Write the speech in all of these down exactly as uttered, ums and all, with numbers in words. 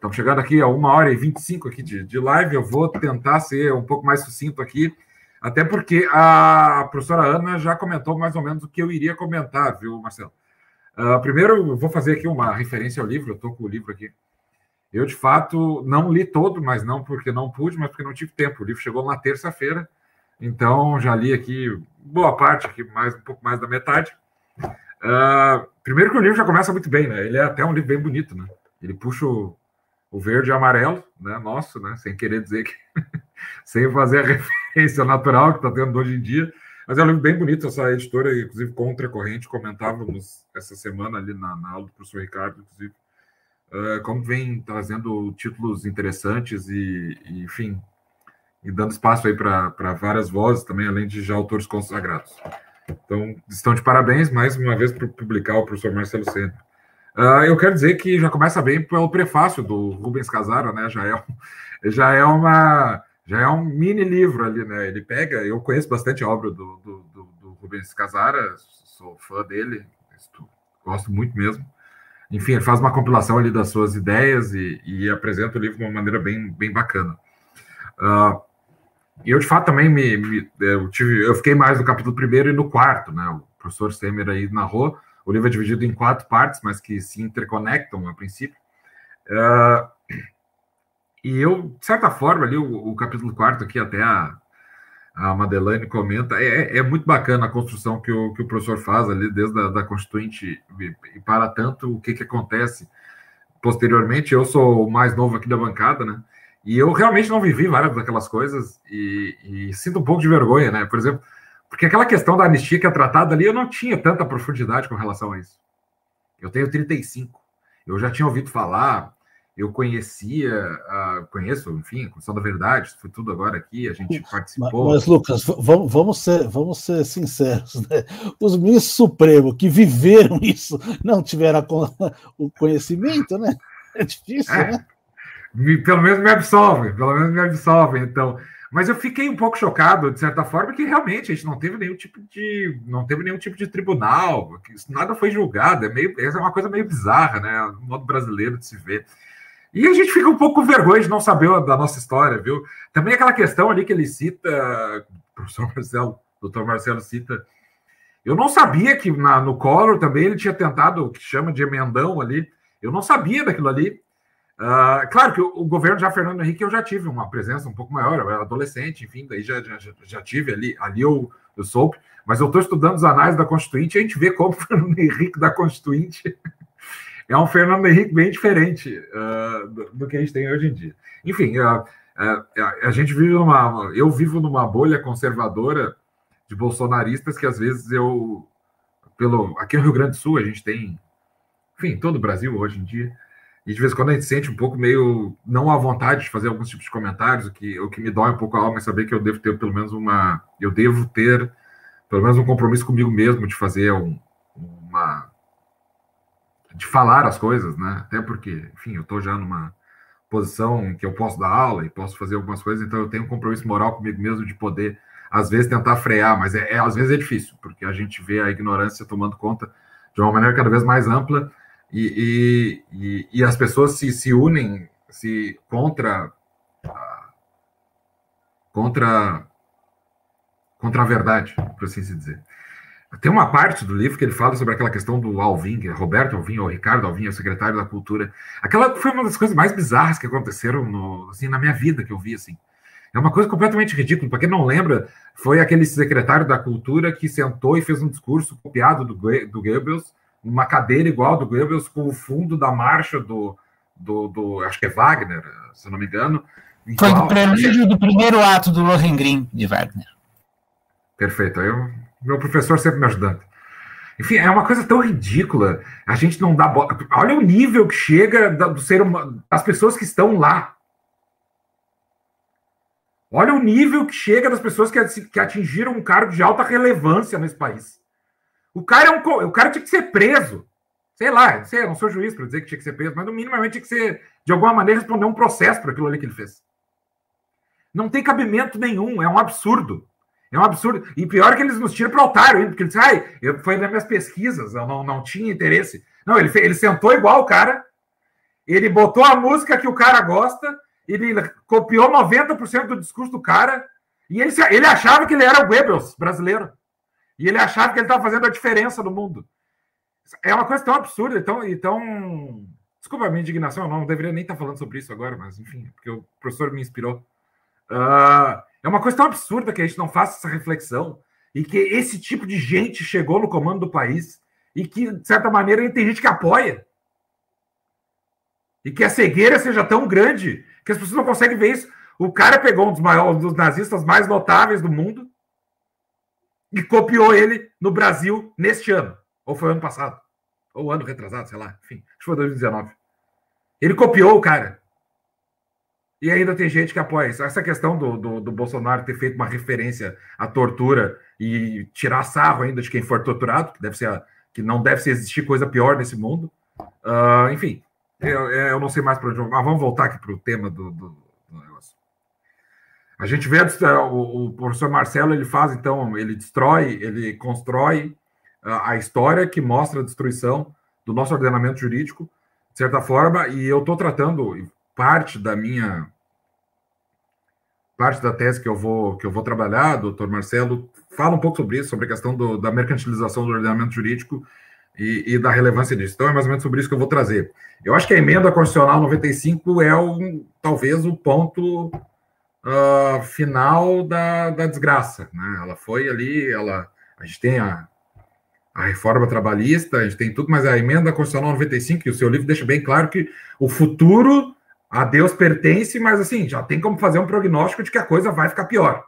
estamos chegando aqui a uma hora e vinte e cinco aqui de, de live. Eu vou tentar ser um pouco mais sucinto aqui, até porque a professora Ana já comentou mais ou menos o que eu iria comentar, viu, Marcelo? Uh, primeiro, eu vou fazer aqui uma referência ao livro. Eu estou com o livro aqui. Eu, de fato, não li todo, mas não porque não pude, mas porque não tive tempo. O livro chegou na terça-feira, então já li aqui boa parte, aqui, mais, um pouco mais da metade. Uh, primeiro que o livro já começa muito bem, né? Ele é até um livro bem bonito, né? Ele puxa o, o verde e amarelo, né? Nosso, né? Sem querer dizer que... sem fazer a referência natural que está tendo hoje em dia. Mas é um livro bem bonito, essa editora, inclusive Contra a Corrente, comentávamos essa semana ali na, na aula do professor Ricardo, inclusive, uh, como vem trazendo títulos interessantes e, e enfim, e dando espaço aí para várias vozes também, além de já autores consagrados. Então, estão de parabéns, mais uma vez, por publicar o professor Marcelo Sena. Uh, eu quero dizer que já começa bem pelo prefácio do Rubens Casara, né? Já é, um, já é uma... Já é um mini livro ali, né? Ele pega... Eu conheço bastante a obra do, do, do, do Rubens Casara, sou fã dele, gosto muito mesmo. Enfim, ele faz uma compilação ali das suas ideias e, e apresenta o livro de uma maneira bem, bem bacana. Uh, e eu, de fato, também me, me, eu, tive, eu fiquei mais no capítulo primeiro e no quarto, né? O professor Semer aí narrou. O livro é dividido em quatro partes, mas que se interconectam a princípio. Uh, E eu, de certa forma, ali, o, o capítulo quarto aqui, até a, a Madeleine comenta, é, é muito bacana a construção que o, que o professor faz ali, desde a da Constituinte, e, e para tanto o que, que acontece posteriormente. Eu sou o mais novo aqui da bancada, né? E eu realmente não vivi várias daquelas coisas e, e sinto um pouco de vergonha, né? Por exemplo, porque aquela questão da anistia que é tratada ali, eu não tinha tanta profundidade com relação a isso. Eu tenho trinta e cinco, eu já tinha ouvido falar... Eu conhecia, uh, conheço, enfim, a Comissão da Verdade, isso foi tudo agora aqui, a gente participou. Mas, mas Lucas, vamos, vamos, ser, vamos ser sinceros, né? Os ministros supremos que viveram isso não tiveram o conhecimento, né? É difícil, é, né? Me, pelo menos me absolvem, pelo menos me absolvem, então. Mas eu fiquei um pouco chocado, de certa forma, que realmente a gente não teve nenhum tipo de, não teve nenhum tipo de tribunal, que nada foi julgado, é meio, essa é uma coisa meio bizarra, né? O modo brasileiro de se ver. E a gente fica um pouco com vergonha de não saber da nossa história, viu? Também aquela questão ali que ele cita, o professor Marcelo, o doutor Marcelo cita, eu não sabia que na, no Collor também ele tinha tentado o que chama de emendão ali, eu não sabia daquilo ali. Uh, claro que o, o governo já Fernando Henrique eu já tive uma presença um pouco maior, eu era adolescente, enfim, daí já, já, já tive ali, ali eu, eu soube, mas eu estou estudando os anais da Constituinte e a gente vê como o Fernando Henrique da Constituinte... É um Fernando Henrique bem diferente uh, do, do que a gente tem hoje em dia. Enfim, uh, uh, a gente vive numa... Eu vivo numa bolha conservadora de bolsonaristas que, às vezes, eu... Pelo, aqui no Rio Grande do Sul, a gente tem... Enfim, todo o Brasil, hoje em dia. E, de vez em quando, a gente sente um pouco meio... Não à vontade de fazer alguns tipos de comentários, o que, o que me dói um pouco a alma é saber que eu devo ter, pelo menos, uma... Eu devo ter, pelo menos, um compromisso comigo mesmo de fazer um, uma... de falar as coisas, né? Até porque, enfim, eu estou já numa posição em que eu posso dar aula e posso fazer algumas coisas, então eu tenho um compromisso moral comigo mesmo de poder, às vezes, tentar frear, mas é, é, às vezes é difícil, porque a gente vê a ignorância tomando conta de uma maneira cada vez mais ampla e, e, e, e as pessoas se, se unem se contra contra contra a verdade, por assim se dizer. Tem uma parte do livro que ele fala sobre aquela questão do Alvim, que é Roberto Alvim, ou Ricardo Alvim, é o secretário da Cultura. Aquela foi uma das coisas mais bizarras que aconteceram no, assim, na minha vida, que eu vi. Assim. É uma coisa completamente ridícula. Para quem não lembra, foi aquele secretário da Cultura que sentou e fez um discurso copiado do, do Goebbels, uma cadeira igual do Goebbels, com o fundo da marcha do, do, do acho que é Wagner, se eu não me engano. Foi igual, do prelúdio do primeiro ato do Lohengrin, de Wagner. Perfeito. Aí eu... Meu professor sempre me ajudando. Enfim, é uma coisa tão ridícula. A gente não dá bola. Olha o nível que chega do ser humano, das pessoas que estão lá. Olha o nível que chega das pessoas que, que atingiram um cargo de alta relevância nesse país. O cara, é um, o cara tinha que ser preso. Sei lá, não sei, eu não sou juiz para dizer que tinha que ser preso, mas no minimamente tinha que ser, de alguma maneira, responder um processo por aquilo ali que ele fez. Não tem cabimento nenhum, é um absurdo. É um absurdo. E pior que eles nos tiram para o altar, hein? Porque eles dizem, ai, eu, foi nas minhas pesquisas, eu não, não tinha interesse. Não, ele, ele sentou igual o cara Ele botou a música que o cara gosta, ele copiou noventa por cento do discurso do cara, e ele, ele achava que ele era o Goebbels brasileiro. E ele achava que ele estava fazendo a diferença no mundo. É uma coisa tão absurda, tão, e tão... Desculpa a minha indignação, eu não deveria nem estar falando sobre isso agora, mas enfim, porque o professor me inspirou. Uh, é uma coisa tão absurda que a gente não faça essa reflexão, e que esse tipo de gente chegou no comando do país, e que, de certa maneira, tem gente que apoia. E que a cegueira seja tão grande que as pessoas não conseguem ver isso. O cara pegou um dos maiores, um dos nazistas mais notáveis do mundo e copiou ele no Brasil neste ano. Ou foi ano passado. Ou ano retrasado, sei lá. Enfim, acho que foi dois mil e dezenove. Ele copiou o cara. E ainda tem gente que apoia isso. Essa questão do, do, do Bolsonaro ter feito uma referência à tortura e tirar sarro ainda de quem for torturado, que, deve ser a, que não deve existir coisa pior nesse mundo. Uh, enfim, eu, eu não sei mais para onde... Mas vamos voltar aqui para o tema do, do, do negócio. A gente vê o, o professor Marcelo, ele faz, então, ele destrói, ele constrói a, a história que mostra a destruição do nosso ordenamento jurídico, de certa forma, e eu estou tratando parte da minha... parte da tese que eu vou, que eu vou trabalhar, doutor Marcelo, fala um pouco sobre isso, sobre a questão do, da mercantilização do ordenamento jurídico e, e da relevância disso. Então, é mais ou menos sobre isso que eu vou trazer. Eu acho que a emenda constitucional noventa e cinco é, um, talvez, o ponto uh, final da, da desgraça. Né? Ela foi ali, ela, a gente tem a, a reforma trabalhista, a gente tem tudo, mas a emenda constitucional noventa e cinco, e o seu livro deixa bem claro que o futuro... a Deus pertence, mas assim, já tem como fazer um prognóstico de que a coisa vai ficar pior.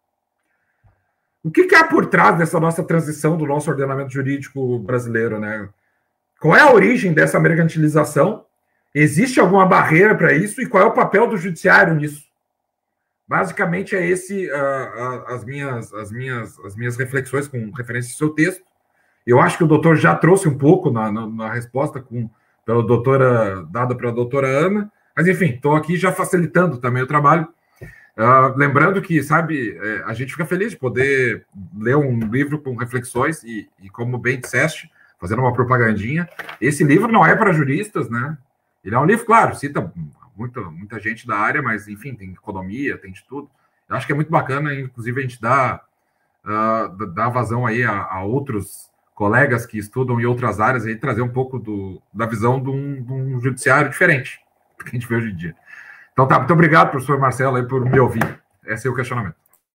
O que, que há por trás dessa nossa transição do nosso ordenamento jurídico brasileiro, né? Qual é a origem dessa mercantilização? Existe alguma barreira para isso? E qual é o papel do judiciário nisso? Basicamente é esse uh, uh, as, minhas, as, minhas, as minhas reflexões com referência ao seu texto. Eu acho que o doutor já trouxe um pouco na, na, na resposta com, pela doutora, dada pela doutora Ana. Mas, enfim, estou aqui já facilitando também o trabalho. Uh, lembrando que, sabe, é, a gente fica feliz de poder ler um livro com reflexões e, e, como bem disseste, fazendo uma propagandinha, esse livro não é para juristas, né? Ele é um livro, claro, cita muita, muita gente da área, mas, enfim, tem economia, tem de tudo. Eu acho que é muito bacana, inclusive, a gente dá, uh, dá vazão aí a, a outros colegas que estudam em outras áreas e trazer um pouco do, da visão de um, de um judiciário diferente que a gente vê hoje em dia. Então tá, muito obrigado, professor Marcelo, aí, por me ouvir. Esse é o questionamento.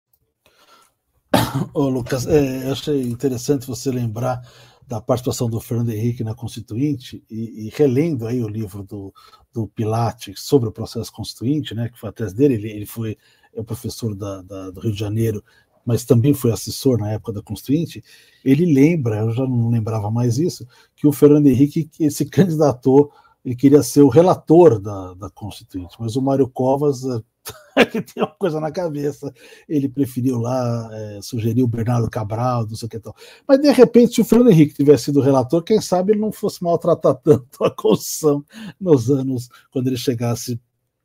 Ô, Lucas, é, eu achei interessante você lembrar da participação do Fernando Henrique na Constituinte e, e relendo aí o livro do, do Pilates sobre o processo constituinte, né, que foi a tese dele, ele, ele foi é, professor da, da, do Rio de Janeiro, mas também foi assessor na época da Constituinte. Ele lembra, eu já não lembrava mais isso, que o Fernando Henrique se candidatou, ele queria ser o relator da, da Constituinte, mas o Mário Covas, que tem uma coisa na cabeça, ele preferiu lá, é, sugeriu o Bernardo Cabral, não sei o que tal. Mas, de repente, se o Fernando Henrique tivesse sido relator, quem sabe ele não fosse maltratar tanto a Constituição nos anos, quando ele chegasse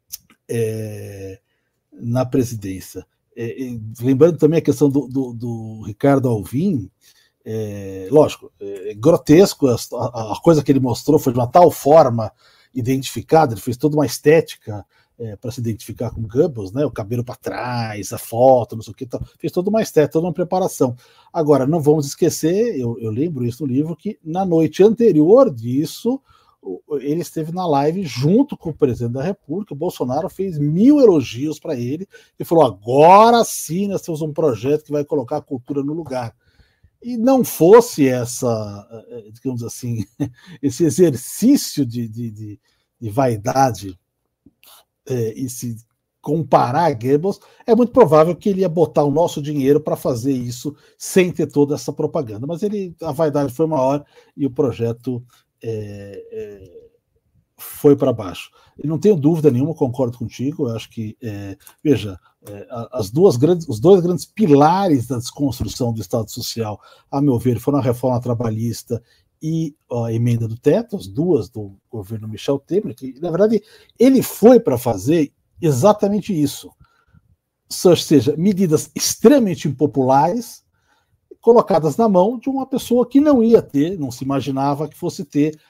é, na presidência. É, lembrando também a questão do, do, do Ricardo Alvim, É, lógico, é grotesco, a, a coisa que ele mostrou foi de uma tal forma identificada, ele fez toda uma estética é, para se identificar com Goebbels, né, o cabelo para trás, a foto, não sei o que, tal, fez toda uma estética, toda uma preparação. Agora, não vamos esquecer, eu, eu lembro isso no livro, que na noite anterior disso, ele esteve na live junto com o presidente da República, o Bolsonaro fez mil elogios para ele, e falou, agora sim nós temos um projeto que vai colocar a cultura no lugar. E não fosse essa, digamos assim, esse exercício de, de, de, de vaidade é, e se comparar a Goebbels, é muito provável que ele ia botar o nosso dinheiro para fazer isso sem ter toda essa propaganda. Mas ele, a vaidade foi maior e o projeto é, é, foi para baixo. Eu não tenho dúvida nenhuma, concordo contigo, eu acho que, é, veja, é, as duas grandes, os dois grandes pilares da desconstrução do Estado Social, a meu ver, foram a reforma trabalhista e a emenda do teto, as duas do governo Michel Temer, que, na verdade, ele foi para fazer exatamente isso. Ou seja, medidas extremamente impopulares, colocadas na mão de uma pessoa que não ia ter, não se imaginava que fosse ter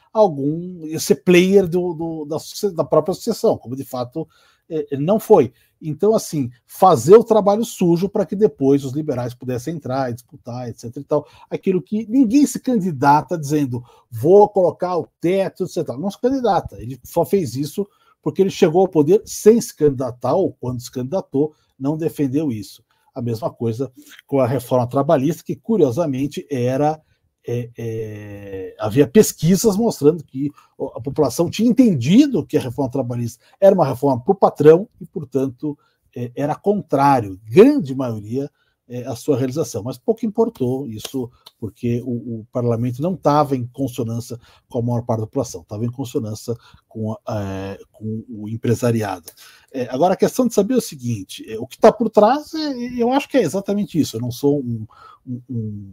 algum ser player do, do, da, da própria associação, como de fato é, não foi. Então, assim, fazer o trabalho sujo para que depois os liberais pudessem entrar e disputar, etc e tal. Aquilo que ninguém se candidata dizendo vou colocar o teto, etcétera. Não se candidata. Ele só fez isso porque ele chegou ao poder sem se candidatar, ou quando se candidatou, não defendeu isso. A mesma coisa com a reforma trabalhista, que, curiosamente, era... É, é, havia pesquisas mostrando que a população tinha entendido que a reforma trabalhista era uma reforma para o patrão e, portanto, é, era contrário, grande maioria, é, a sua realização. Mas pouco importou isso, porque o, o parlamento não estava em consonância com a maior parte da população, estava em consonância com, é, com o empresariado. É, agora, a questão de saber o seguinte, é, o que está por trás, é, eu acho que é exatamente isso. Eu não sou um, um, um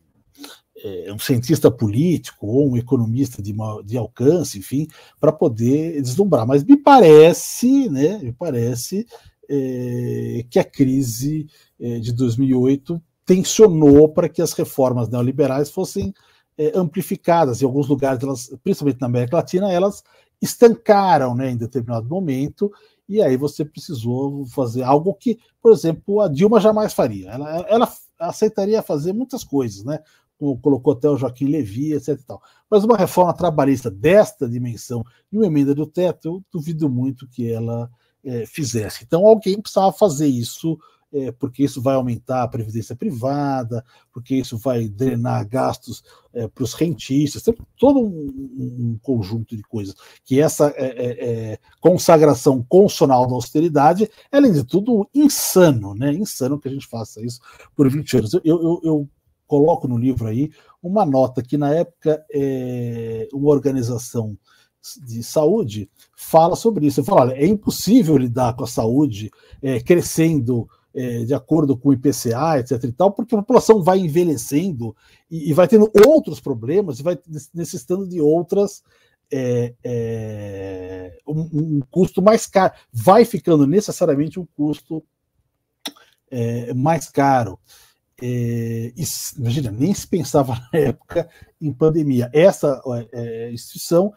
É um cientista político ou um economista de, de alcance, enfim, para poder deslumbrar. Mas me parece, né, me parece é, que a crise é, de dois mil e oito tensionou para que as reformas neoliberais fossem é, amplificadas. Em alguns lugares, elas, principalmente na América Latina, elas estancaram, né, em determinado momento, e aí você precisou fazer algo que, por exemplo, a Dilma jamais faria. Ela, ela aceitaria fazer muitas coisas, né? Como colocou até o Joaquim Levy, etc e tal. Mas uma reforma trabalhista desta dimensão e uma emenda do teto, eu duvido muito que ela é, fizesse. Então alguém precisava fazer isso, é, porque isso vai aumentar a previdência privada, porque isso vai drenar gastos é, para os rentistas, tem todo um, um conjunto de coisas. Que essa é, é, consagração constitucional da austeridade, além de tudo, insano, né? Insano que a gente faça isso por vinte anos. Eu, eu, eu coloco no livro aí uma nota que, na época, é, uma organização de saúde fala sobre isso. Ele fala, olha, é impossível lidar com a saúde é, crescendo é, de acordo com o I P C A, etc e tal, porque a população vai envelhecendo e, e vai tendo outros problemas e vai necessitando de outras... É, é, um, um custo mais caro. Vai ficando necessariamente um custo é, mais caro. É, imagina, nem se pensava na época em pandemia. Essa é, instituição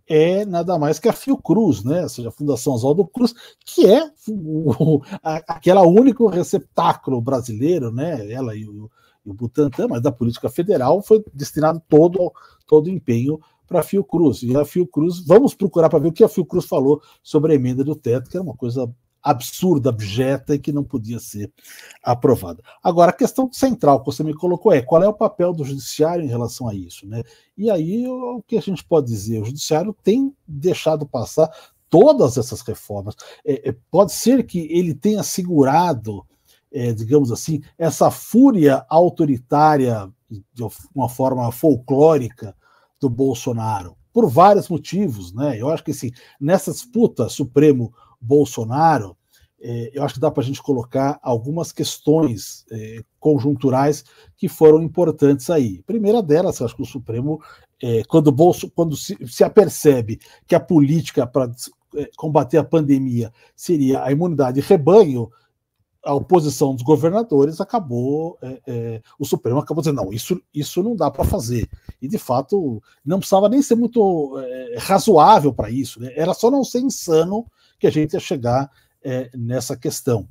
é nada mais que a Fiocruz, né? Ou seja, a Fundação Oswaldo Cruz, que é o, a, aquela único receptáculo brasileiro, né? Ela e o, e o Butantan, mas da política federal foi destinado todo todo o empenho para a Fiocruz. E a Fiocruz, vamos procurar para ver o que a Fiocruz falou sobre a emenda do teto, que era uma coisa absurda, abjeta e que não podia ser aprovada. Agora, a questão central que você me colocou é qual é o papel do judiciário em relação a isso, né? E aí o que a gente pode dizer? O judiciário tem deixado passar todas essas reformas. É, é, pode ser que ele tenha segurado, é, digamos assim, essa fúria autoritária de uma forma folclórica do Bolsonaro, por vários motivos, né? Eu acho que assim, nessa disputa Supremo Bolsonaro, eh, eu acho que dá para a gente colocar algumas questões eh, conjunturais que foram importantes aí. A primeira delas, eu acho que o Supremo, eh, quando, Bolso, quando se, se apercebe que a política para eh, combater a pandemia seria a imunidade de rebanho, a oposição dos governadores acabou, é, é, o Supremo acabou dizendo, não, isso, isso não dá para fazer. E, de fato, não precisava nem ser muito é, razoável para isso, né? Era só não ser insano que a gente ia chegar é, nessa questão.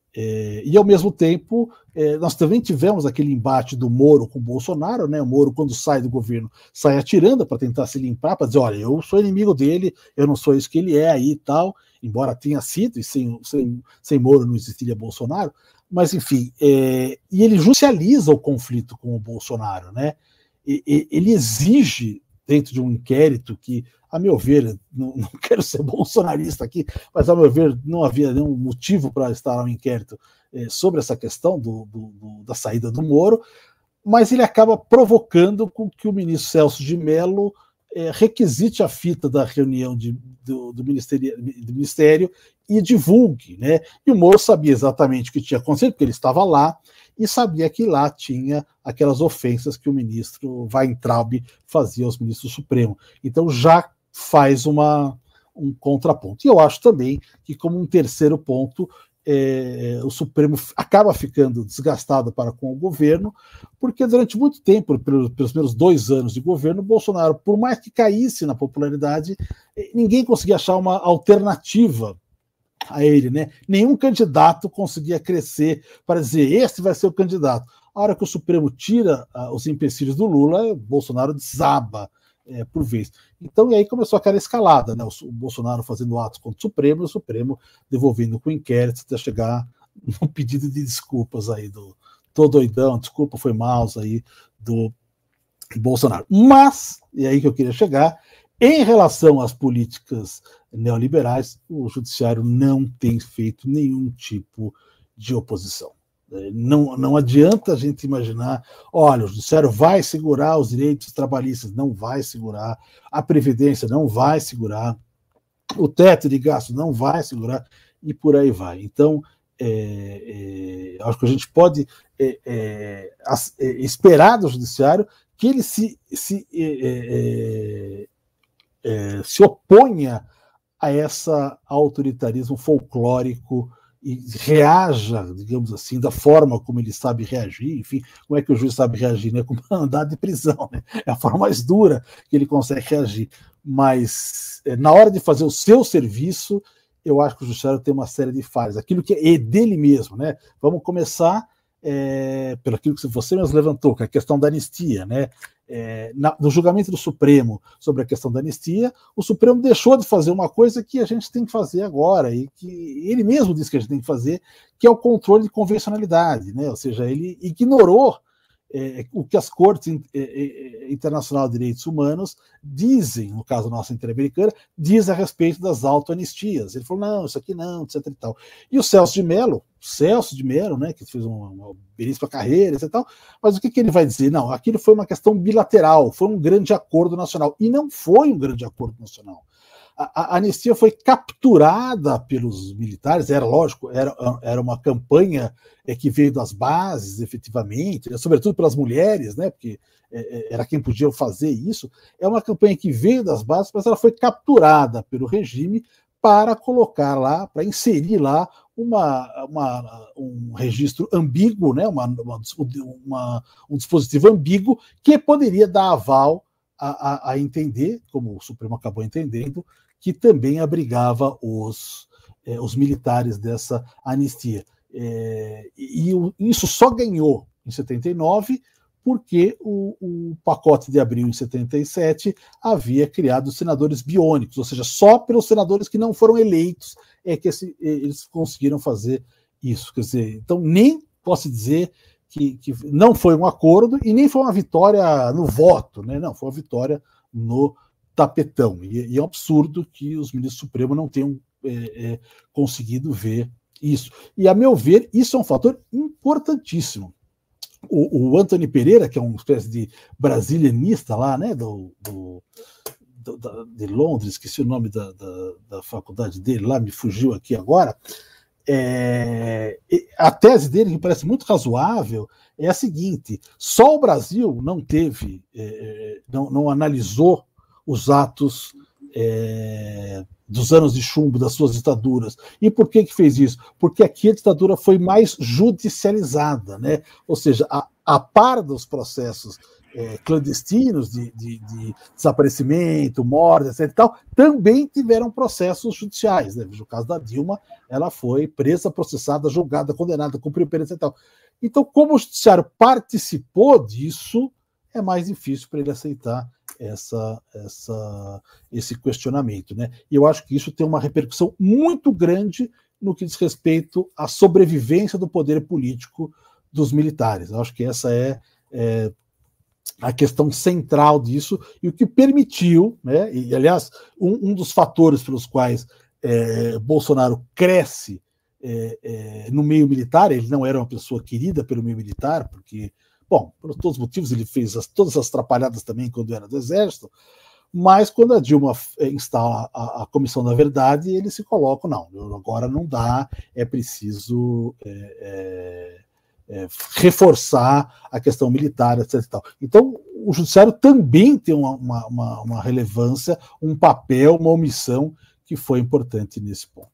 É, e, ao mesmo tempo, é, nós também tivemos aquele embate do Moro com o Bolsonaro, né? O Moro, quando sai do governo, sai atirando para tentar se limpar, para dizer, olha, eu sou inimigo dele, eu não sou isso que ele é aí e tal, embora tenha sido, e sem, sem, sem Moro não existiria Bolsonaro, mas, enfim, é, e ele judicializa o conflito com o Bolsonaro, né? E, e, ele exige, dentro de um inquérito que, a meu ver, não, não quero ser bolsonarista aqui, mas a meu ver não havia nenhum motivo para estar um inquérito eh, sobre essa questão do, do, do, da saída do Moro, mas ele acaba provocando com que o ministro Celso de Mello eh, requisite a fita da reunião de, do, do, ministério, do Ministério e divulgue, né? E o Moro sabia exatamente o que tinha acontecido, porque ele estava lá, e sabia que lá tinha aquelas ofensas que o ministro Weintraub fazia aos ministros do Supremo. Então já faz uma, um contraponto. E eu acho também que, como um terceiro ponto, é, o Supremo acaba ficando desgastado para com o governo, porque durante muito tempo, pelos, pelos primeiros dois anos de governo, Bolsonaro, por mais que caísse na popularidade, ninguém conseguia achar uma alternativa a ele, né? Nenhum candidato conseguia crescer para dizer, este vai ser o candidato. A hora que o Supremo tira uh, os empecilhos do Lula, Bolsonaro desaba é, por vez. Então, e aí começou aquela escalada, né? O, o Bolsonaro fazendo atos contra o Supremo, e o Supremo devolvendo com o inquérito até chegar no pedido de desculpas aí do tô doidão, desculpa, foi mal aí do Bolsonaro. Mas, e aí que eu queria chegar, em relação às políticas neoliberais, o judiciário não tem feito nenhum tipo de oposição. Não, não adianta a gente imaginar, olha, o judiciário vai segurar os direitos trabalhistas, não vai segurar, a Previdência não vai segurar, o teto de gastos não vai segurar, e por aí vai. Então, é, é, acho que a gente pode é, é, é, esperar do judiciário que ele se, se, é, é, se oponha a esse autoritarismo folclórico e reaja, digamos assim, da forma como ele sabe reagir. Enfim, como é que o juiz sabe reagir? Né? Com mandado de prisão, né? É a forma mais dura que ele consegue reagir. Mas, na hora de fazer o seu serviço, eu acho que o judiciário tem uma série de falhas. Aquilo que é dele mesmo, né? Vamos começar é, pelo aquilo que você mesmo levantou, que é a questão da anistia, né? É, na, no julgamento do Supremo sobre a questão da anistia, o Supremo deixou de fazer uma coisa que a gente tem que fazer agora, e que ele mesmo disse que a gente tem que fazer, que é o controle de convencionalidade, né? Ou seja, ele ignorou é, o que as cortes é, internacionais de direitos humanos dizem, no caso nossa interamericana, diz a respeito das autoanistias. Ele falou, não, isso aqui não, etc e tal. E o Celso de Mello, Celso de Mello, né, que fez uma, uma belíssima carreira, etc e tal, mas o que, que ele vai dizer? Não, aquilo foi uma questão bilateral, foi um grande acordo nacional. E não foi um grande acordo nacional. A, a anistia foi capturada pelos militares, era lógico, era, era uma campanha é, que veio das bases, efetivamente, né, sobretudo pelas mulheres, né, porque é, era quem podia fazer isso. É uma campanha que veio das bases, mas ela foi capturada pelo regime para colocar lá, para inserir lá uma, uma, um registro ambíguo, né, uma, uma, uma, um dispositivo ambíguo que poderia dar aval a, a, a entender, como o Supremo acabou entendendo, que também abrigava os, eh, os militares dessa anistia. É, e, e isso só ganhou em setenta e nove porque o, o pacote de abril em setenta e sete havia criado senadores biônicos, ou seja, só pelos senadores que não foram eleitos é que esse, eles conseguiram fazer isso. Quer dizer, então nem posso dizer que, que não foi um acordo e nem foi uma vitória no voto, né? Não, foi uma vitória no tapetão. E, e é um absurdo que os ministros supremos não tenham é, é, conseguido ver isso. E, a meu ver, isso é um fator importantíssimo. O, o Antony Pereira, que é uma espécie de brasilianista lá, né, do, do, do, da, de Londres, esqueci o nome da, da, da faculdade dele lá, me fugiu aqui agora, é, a tese dele, que parece muito razoável, é a seguinte: só o Brasil não teve, é, não, não analisou os atos é, dos anos de chumbo das suas ditaduras. E por que que fez isso? Porque aqui a ditadura foi mais judicializada, né? Ou seja, a, a par dos processos é, clandestinos de, de, de desaparecimento, morte, etc e tal, também tiveram processos judiciais, né? No caso da Dilma, ela foi presa, processada, julgada, condenada, cumpriu pena, etc e tal. Então, como o judiciário participou disso, é mais difícil para ele aceitar essa, essa, esse questionamento, né? E eu acho que isso tem uma repercussão muito grande no que diz respeito à sobrevivência do poder político dos militares. Eu acho que essa é, é a questão central disso e o que permitiu, né? E, aliás, um, um dos fatores pelos quais é, Bolsonaro cresce é, é, no meio militar, ele não era uma pessoa querida pelo meio militar, porque bom, por todos os motivos, ele fez as, todas as atrapalhadas também quando era do Exército, mas quando a Dilma instala a, a Comissão da Verdade, ele se coloca, não, agora não dá, é preciso é, é, é, reforçar a questão militar, etc e tal. Então, o Judiciário também tem uma, uma, uma relevância, um papel, uma omissão que foi importante nesse ponto.